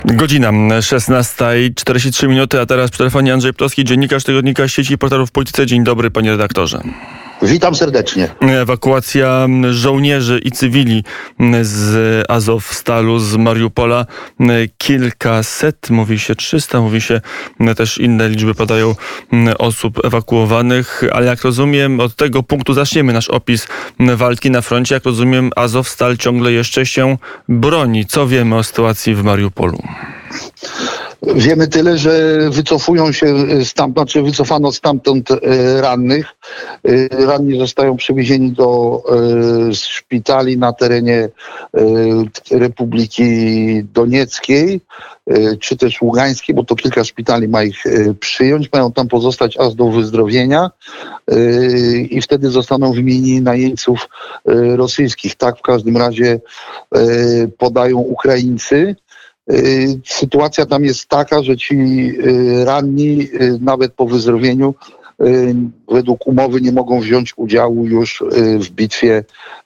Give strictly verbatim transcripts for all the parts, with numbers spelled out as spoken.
Godzina szesnasta i czterdzieści trzy minuty, a teraz przy telefonie Andrzej Ptowski, dziennikarz tygodnika Sieci Portalów w Polityce. Dzień dobry, panie redaktorze. Witam serdecznie. Ewakuacja żołnierzy i cywili z Azowstalu, z Mariupola. Kilkaset, mówi się trzysta, mówi się też inne liczby padają osób ewakuowanych, ale jak rozumiem, od tego punktu zaczniemy nasz opis walki na froncie. Jak rozumiem, Azowstal ciągle jeszcze się broni. Co wiemy o sytuacji w Mariupolu? Wiemy tyle, że wycofują się stamtąd, znaczy wycofano stamtąd rannych. Ranni zostają przewiezieni do szpitali na terenie Republiki Donieckiej, czy też Ługańskiej, bo to kilka szpitali ma ich przyjąć. Mają tam pozostać aż do wyzdrowienia i wtedy zostaną wymienieni na jeńców rosyjskich. Tak w każdym razie podają Ukraińcy. Sytuacja tam jest taka, że ci ranni nawet po wyzdrowieniu według umowy nie mogą wziąć udziału już w bitwie,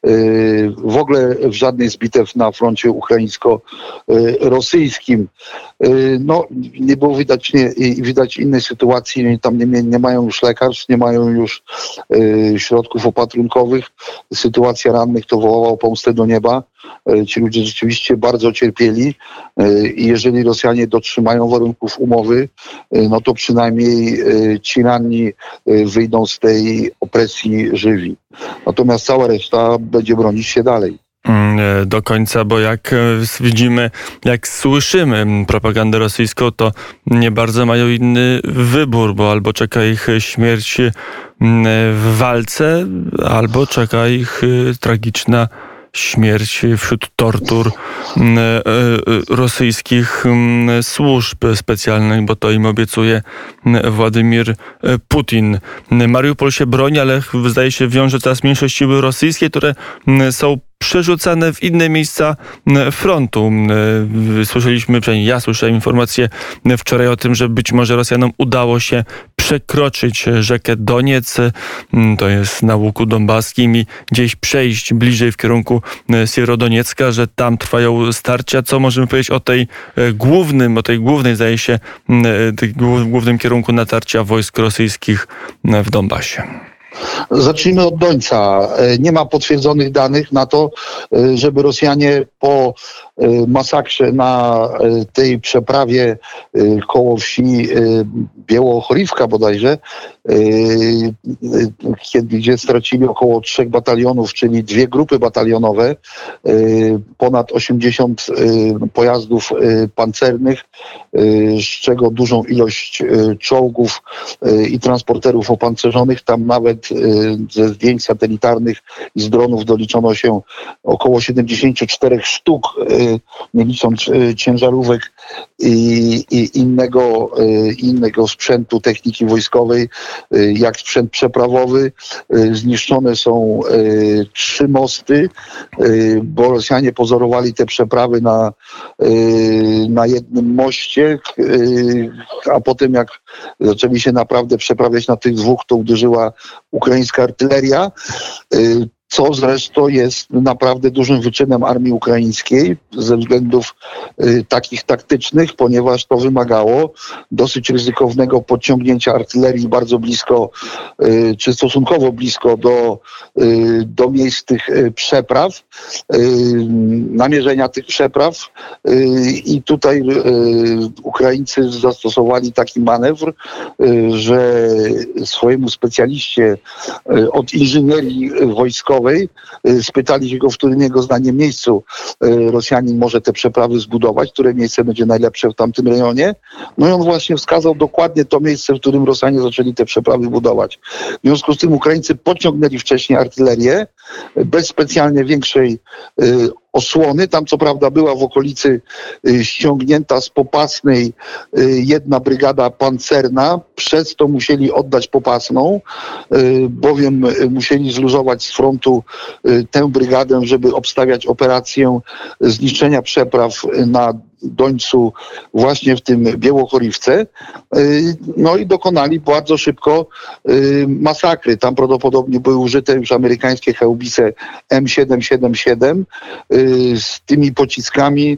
w ogóle w żadnej z bitew na froncie ukraińsko-rosyjskim. No, nie było widać, nie, widać innej sytuacji, tam nie, nie mają już lekarstw, nie mają już środków opatrunkowych. Sytuacja rannych to wołała pomstę do nieba. Ci ludzie rzeczywiście bardzo cierpieli i jeżeli Rosjanie dotrzymają warunków umowy, no to przynajmniej ci ranni wyjdą z tej opresji żywi. Natomiast cała reszta będzie bronić się dalej. Do końca, bo jak widzimy, jak słyszymy propagandę rosyjską, to nie bardzo mają inny wybór, bo albo czeka ich śmierć w walce, albo czeka ich tragiczna śmierć wśród tortur rosyjskich służb specjalnych, bo to im obiecuje Władimir Putin. Mariupol się broni, ale zdaje się wiąże coraz mniejsze siły rosyjskie, które są przerzucane w inne miejsca frontu. Słyszeliśmy, przynajmniej ja słyszałem informację wczoraj o tym, że być może Rosjanom udało się przekroczyć rzekę Doniec, to jest na łuku donbaskim, i gdzieś przejść bliżej w kierunku Sierodoniecka, że tam trwają starcia. Co możemy powiedzieć o tej głównym, o tej głównej, zdaje się, tej głównym kierunku natarcia wojsk rosyjskich w Donbasie? Zacznijmy od Dońca. Nie ma potwierdzonych danych na to, żeby Rosjanie po masakrze na tej przeprawie koło wsi Białochorivka bodajże, kiedy, gdzie stracili około trzech batalionów, czyli dwie grupy batalionowe, ponad osiemdziesiąt pojazdów pancernych, z czego dużą ilość czołgów i transporterów opancerzonych. Tam nawet ze zdjęć satelitarnych i z dronów doliczono się około siedemdziesiąt cztery sztuk, nie licząc ciężarówek i, i innego, innego sprzętu techniki wojskowej, jak sprzęt przeprawowy. Zniszczone są trzy mosty, bo Rosjanie pozorowali te przeprawy na, na jednym moście, a potem jak zaczęli się naprawdę przeprawiać na tych dwóch, to uderzyła ukraińska artyleria, co zresztą jest naprawdę dużym wyczynem armii ukraińskiej ze względów y, takich taktycznych, ponieważ to wymagało dosyć ryzykownego podciągnięcia artylerii bardzo blisko, y, czy stosunkowo blisko do, y, do miejsc tych y, przepraw, y, namierzenia tych przepraw y, i tutaj y, Ukraińcy zastosowali taki manewr, y, że swojemu specjaliście y, od inżynierii wojskowej spytali się go, w którym jego zdaniem miejscu Rosjanin może te przeprawy zbudować, które miejsce będzie najlepsze w tamtym rejonie. No i on właśnie wskazał dokładnie to miejsce, w którym Rosjanie zaczęli te przeprawy budować. W związku z tym Ukraińcy pociągnęli wcześniej artylerię bez specjalnie większej osłony. Tam co prawda była w okolicy ściągnięta z Popasnej jedna brygada pancerna, przez to musieli oddać Popasną, bowiem musieli zluzować z frontu tę brygadę, żeby obstawiać operację zniszczenia przepraw na Dońcu właśnie w tym Białochorivce. No i dokonali bardzo szybko masakry. Tam prawdopodobnie były użyte już amerykańskie haubice M siedem siedem siedem z tymi pociskami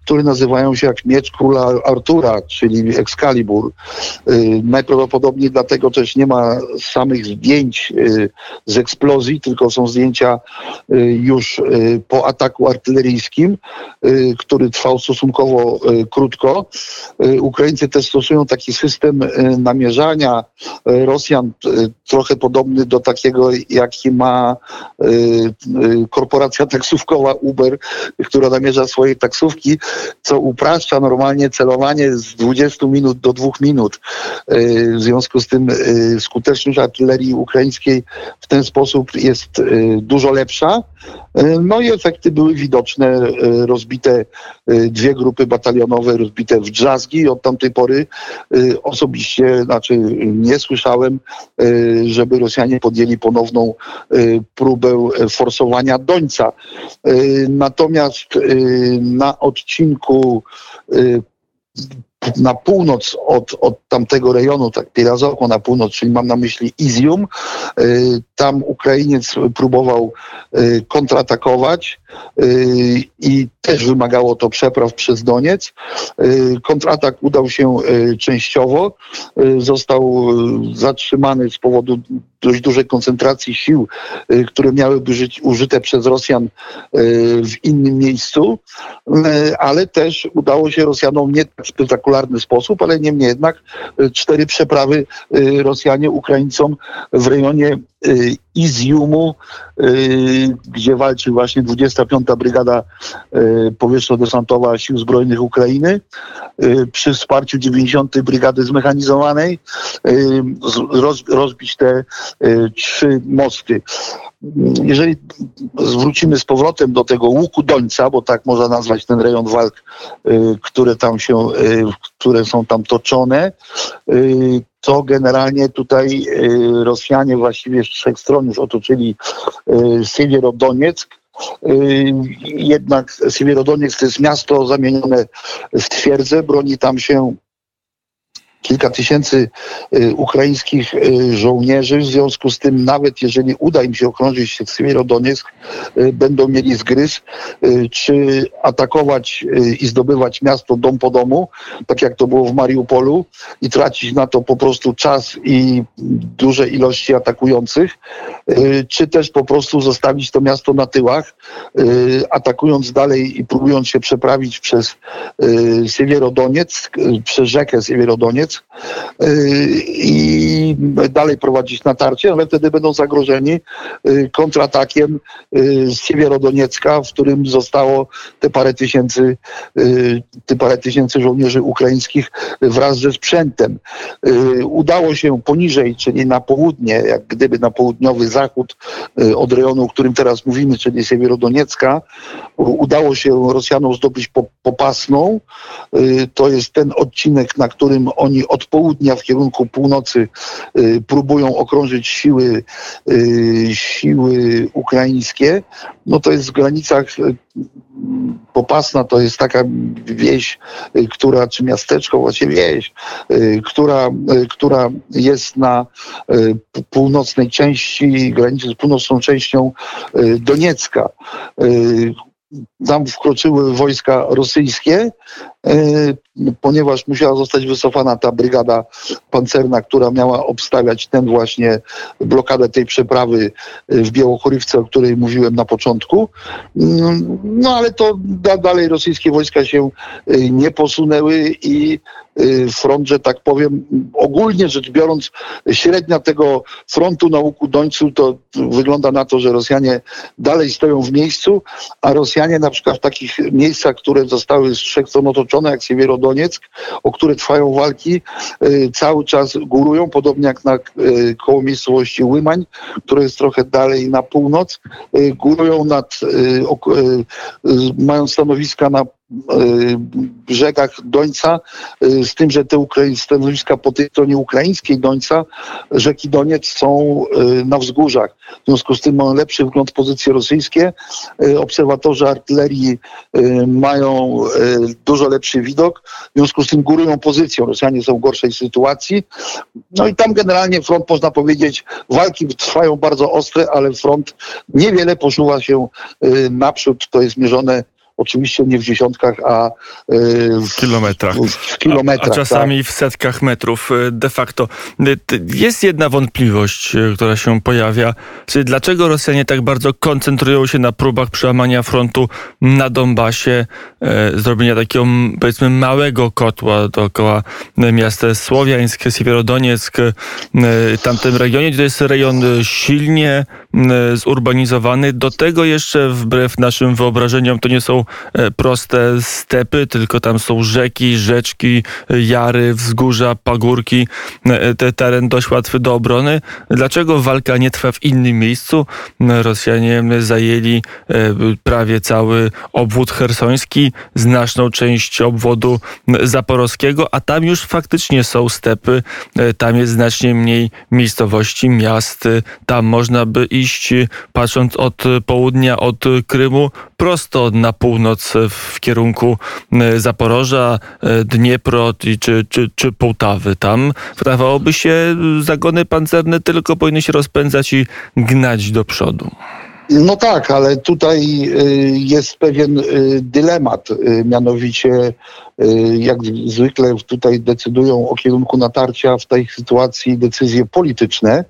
które nazywają się jak Miecz Króla Artura, czyli Excalibur. Najprawdopodobniej dlatego też nie ma samych zdjęć z eksplozji, tylko są zdjęcia już po ataku artyleryjskim, który trwał stosunkowo krótko. Ukraińcy też stosują taki system namierzania Rosjan, trochę podobny do takiego, jaki ma korporacja taksówkowa Uber, która namierza swoje taksówki, co upraszcza normalnie celowanie z dwudziestu minut do dwóch minut. W związku z tym skuteczność artylerii ukraińskiej w ten sposób jest dużo lepsza. No i efekty były widoczne, rozbite dwie grupy batalionowe, rozbite w drzazgi. Od tamtej pory osobiście, znaczy nie słyszałem, żeby Rosjanie podjęli ponowną próbę forsowania Dońca. Natomiast na odcinku na północ od, od tamtego rejonu, tak Pirazoko na północ, czyli mam na myśli Izium, tam Ukrainiec próbował kontratakować i też wymagało to przepraw przez Doniec. Kontratak udał się częściowo, został zatrzymany z powodu dość dużej koncentracji sił, które miały być użyte przez Rosjan w innym miejscu, ale też udało się Rosjanom nie w spektakularny sposób, ale niemniej jednak cztery przeprawy Rosjanie Ukraińcom w rejonie Iziumu, gdzie walczy właśnie dwudziesta piąta Brygada Powietrzno-Desantowa Sił Zbrojnych Ukrainy przy wsparciu dziewięćdziesiątej Brygady Zmechanizowanej, roz, rozbić te trzy mosty. Jeżeli zwrócimy z powrotem do tego łuku Dońca, bo tak można nazwać ten rejon walk, które tam się, które są tam toczone, to generalnie tutaj Rosjanie właściwie z trzech stron już otoczyli Siewierodonieck. Jednak Siewierodonieck to jest miasto zamienione w twierdzę, broni tam się kilka tysięcy ukraińskich żołnierzy. W związku z tym, nawet jeżeli uda im się okrążyć Siewierodonieck, będą mieli zgryz, czy atakować i zdobywać miasto dom po domu, tak jak to było w Mariupolu, i tracić na to po prostu czas i duże ilości atakujących, czy też po prostu zostawić to miasto na tyłach, atakując dalej i próbując się przeprawić przez Siewierodonieck, przez rzekę Siewierodonieck, i dalej prowadzić natarcie, ale wtedy będą zagrożeni kontratakiem z Siewierodoniecka, w którym zostało te parę tysięcy, te parę tysięcy żołnierzy ukraińskich wraz ze sprzętem. Udało się poniżej, czyli na południe, jak gdyby na południowy zachód od rejonu, o którym teraz mówimy, czyli Siewierodoniecka, udało się Rosjanom zdobyć Popasną. To jest ten odcinek, na którym oni od południa w kierunku północy y, próbują okrążyć siły, y, siły ukraińskie. No to jest w granicach y, Popasna, to jest taka wieś, y, która, czy miasteczko, właściwie wieś, y, która, y, która jest na y, północnej części, granicy z północną częścią y, Doniecka. Y, Tam wkroczyły wojska rosyjskie, ponieważ musiała zostać wycofana ta brygada pancerna, która miała obstawiać ten właśnie blokadę tej przeprawy w Białochorywce, o której mówiłem na początku. No ale to dalej rosyjskie wojska się nie posunęły i front, że tak powiem, ogólnie rzecz biorąc, średnia tego frontu na łuku Dońcu, to wygląda na to, że Rosjanie dalej stoją w miejscu, a Rosjanie na przykład w takich miejscach, które zostały z trzech stron otoczone, jak Siewierodonieck, o które trwają walki, cały czas górują, podobnie jak na koło miejscowości Łymań, które jest trochę dalej na północ, górują nad, mają stanowiska na brzegach Dońca, z tym, że te stanowiska po tej stronie ukraińskiej Dońca, rzeki Doniec, są na wzgórzach. W związku z tym mają lepszy wgląd pozycje rosyjskie. Obserwatorzy artylerii mają dużo lepszy widok. W związku z tym górują pozycją. Rosjanie są w gorszej sytuacji. No i tam generalnie front, można powiedzieć, walki trwają bardzo ostre, ale front niewiele posuwa się naprzód. To jest mierzone oczywiście nie w dziesiątkach, a w kilometrach. W, w kilometrach a, a czasami tak. w setkach metrów de facto. Jest jedna wątpliwość, która się pojawia. Czyli dlaczego Rosjanie tak bardzo koncentrują się na próbach przełamania frontu na Donbasie, e, zrobienia takiego, powiedzmy, małego kotła dookoła miasta Słowiańsk, Siewierodonieck, e, tamtym regionie. To jest rejon silnie e, zurbanizowany. Do tego jeszcze wbrew naszym wyobrażeniom to nie są e, proste stepy, tylko tam są rzeki, rzeczki, jary, wzgórza, pagórki. E, te teren dość łatwy do obrony. Dlaczego walka nie trwa w innym miejscu? Rosjanie zajęli e, prawie cały obwód chersoński, znaczną część obwodu zaporowskiego, a tam już faktycznie są stepy, e, tam jest znacznie mniej miejscowości, miast. Tam można by iść, patrząc od południa, od Krymu, prosto na północ w kierunku Zaporoża, Dniepro czy, czy, czy Połtawy. Tam wydawałoby się, zagony pancerne tylko powinny się rozpędzać i gnać do przodu. No tak, ale tutaj jest pewien dylemat, mianowicie jak zwykle tutaj decydują o kierunku natarcia w tej sytuacji decyzje polityczne,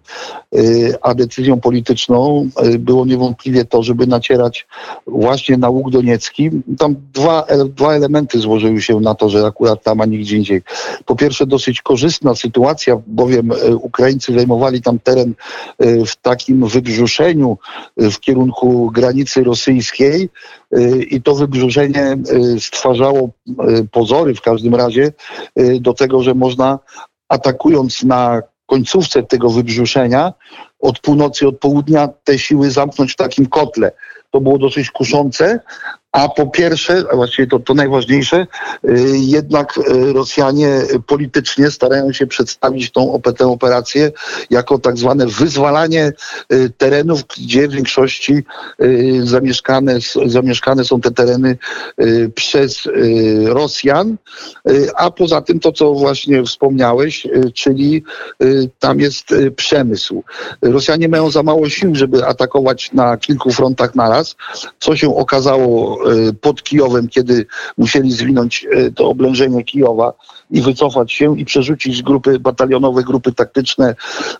a decyzją polityczną było niewątpliwie to, żeby nacierać właśnie na Łuk Doniecki. Tam dwa, dwa elementy złożyły się na to, że akurat tam, a nigdzie indziej. Po pierwsze, dosyć korzystna sytuacja, bowiem Ukraińcy zajmowali tam teren w takim wybrzuszeniu w kierunku granicy rosyjskiej i to wybrzuszenie stwarzało pozory w każdym razie do tego, że można, atakując na końcówce tego wybrzuszenia od północy, od południa, te siły zamknąć w takim kotle. To było dosyć kuszące, a po pierwsze, a właściwie to, to najważniejsze, jednak Rosjanie politycznie starają się przedstawić tą, tę operację jako tak zwane wyzwalanie terenów, gdzie w większości zamieszkane, zamieszkane są te tereny przez Rosjan, a poza tym to, co właśnie wspomniałeś, czyli tam jest przemysł. Rosjanie mają za mało sił, żeby atakować na kilku frontach naraz, co się okazało pod Kijowem, kiedy musieli zwinąć to oblężenie Kijowa i wycofać się i przerzucić grupy batalionowe, grupy taktyczne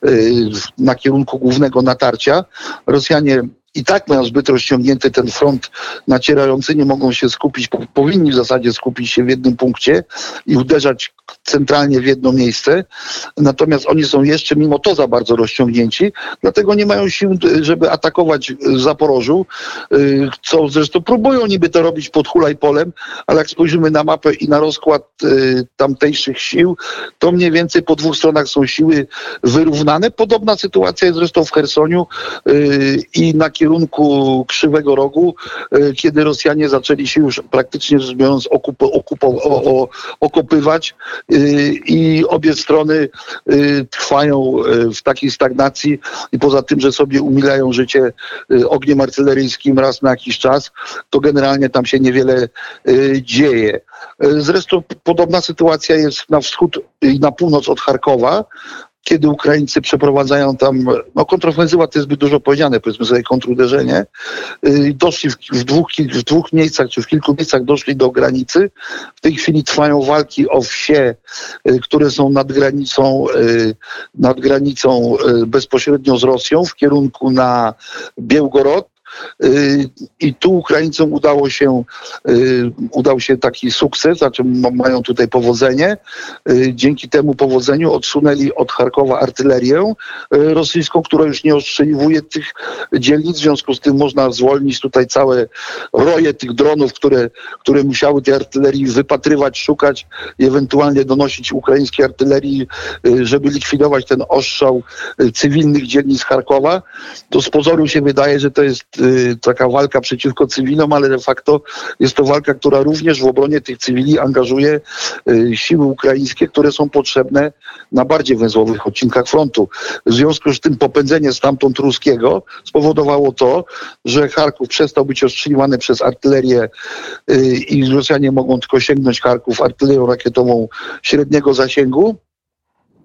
na kierunku głównego natarcia. Rosjanie i tak mają zbyt rozciągnięty ten front nacierający, nie mogą się skupić, powinni w zasadzie skupić się w jednym punkcie i uderzać centralnie w jedno miejsce. Natomiast oni są jeszcze mimo to za bardzo rozciągnięci, dlatego nie mają sił, żeby atakować w Zaporożu, co zresztą próbują niby to robić pod Hulajpolem, ale jak spojrzymy na mapę i na rozkład tamtejszych sił, to mniej więcej po dwóch stronach są siły wyrównane. Podobna sytuacja jest zresztą w Chersoniu i na kierunku Krzywego Rogu, kiedy Rosjanie zaczęli się już praktycznie rzecz biorąc okupo, okupo, o, o, okopywać i obie strony trwają w takiej stagnacji i poza tym, że sobie umilają życie ogniem artyleryjskim raz na jakiś czas, to generalnie tam się niewiele dzieje. Zresztą podobna sytuacja jest na wschód i na północ od Charkowa, kiedy Ukraińcy przeprowadzają tam, no kontrofensywa to jest zbyt dużo powiedziane, powiedzmy sobie kontruderzenie, doszli w, w, dwóch, w dwóch miejscach, czy w kilku miejscach doszli do granicy. W tej chwili trwają walki o wsie, które są nad granicą, nad granicą bezpośrednio z Rosją w kierunku na Białgorod. I tu Ukraińcom udało się, udał się taki sukces, za czym mają tutaj powodzenie. Dzięki temu powodzeniu odsunęli od Charkowa artylerię rosyjską, która już nie ostrzeliwuje tych dzielnic. W związku z tym można zwolnić tutaj całe roje tych dronów, które, które musiały tej artylerii wypatrywać, szukać i ewentualnie donosić ukraińskiej artylerii, żeby likwidować ten ostrzał cywilnych dzielnic Charkowa. To z pozoru się wydaje, że to jest taka walka przeciwko cywilom, ale de facto jest to walka, która również w obronie tych cywili angażuje siły ukraińskie, które są potrzebne na bardziej węzłowych odcinkach frontu. W związku z tym popędzenie stamtąd ruskiego spowodowało to, że Charków przestał być ostrzeliwany przez artylerię i Rosjanie mogą tylko sięgnąć Charków artylerią rakietową średniego zasięgu.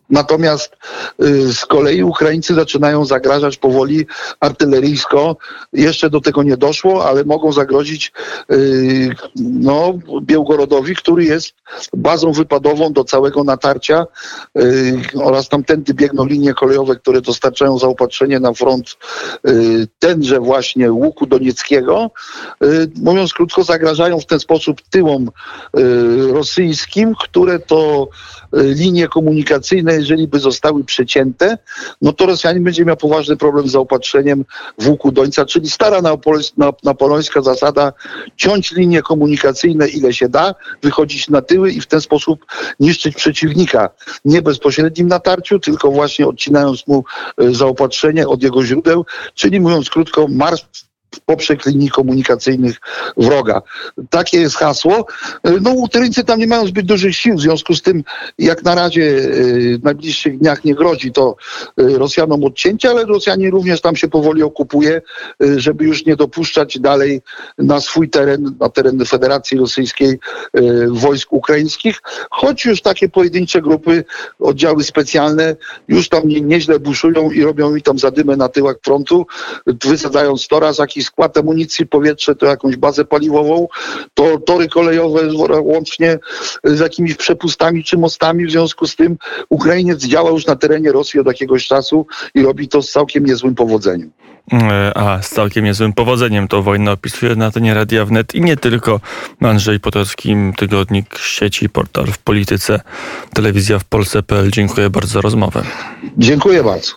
Natomiast y, z kolei Ukraińcy zaczynają zagrażać powoli artyleryjsko. Jeszcze do tego nie doszło, ale mogą zagrozić y, no, Białgorodowi, który jest bazą wypadową do całego natarcia y, oraz tamtędy biegną linie kolejowe, które dostarczają zaopatrzenie na front y, tenże właśnie łuku donieckiego. Y, mówiąc krótko, zagrażają w ten sposób tyłom y, rosyjskim, które to y, linie komunikacyjne, jeżeli by zostały przecięte, no to Rosjanin będzie miał poważny problem z zaopatrzeniem w łuku Dońca, czyli stara napoleońska zasada ciąć linie komunikacyjne ile się da, wychodzić na tyły i w ten sposób niszczyć przeciwnika. Nie bezpośrednim natarciu, tylko właśnie odcinając mu y, zaopatrzenie od jego źródeł, czyli mówiąc krótko, marsz w poprzek linii komunikacyjnych wroga. Takie jest hasło. No Ukraińcy tam nie mają zbyt dużych sił, w związku z tym jak na razie y, w najbliższych dniach nie grozi to y, Rosjanom odcięcie, ale Rosjanie również tam się powoli okupuje, y, żeby już nie dopuszczać dalej na swój teren, na teren Federacji Rosyjskiej y, wojsk ukraińskich, choć już takie pojedyncze grupy, oddziały specjalne już tam nie, nieźle buszują i robią mi tam zadymę na tyłach frontu, wysadzając to raz jakiś skład amunicji, powietrze to jakąś bazę paliwową, to tory kolejowe łącznie z jakimiś przepustami czy mostami. W związku z tym Ukrainiec działa już na terenie Rosji od jakiegoś czasu i robi to z całkiem niezłym powodzeniem. A z całkiem niezłym powodzeniem to wojnę opisuje na antenie Radia Wnet i nie tylko. Andrzej Potocki, tygodnik sieci, portal w polityce, telewizja w Polsce kropka pe el. Dziękuję bardzo za rozmowę. Dziękuję bardzo.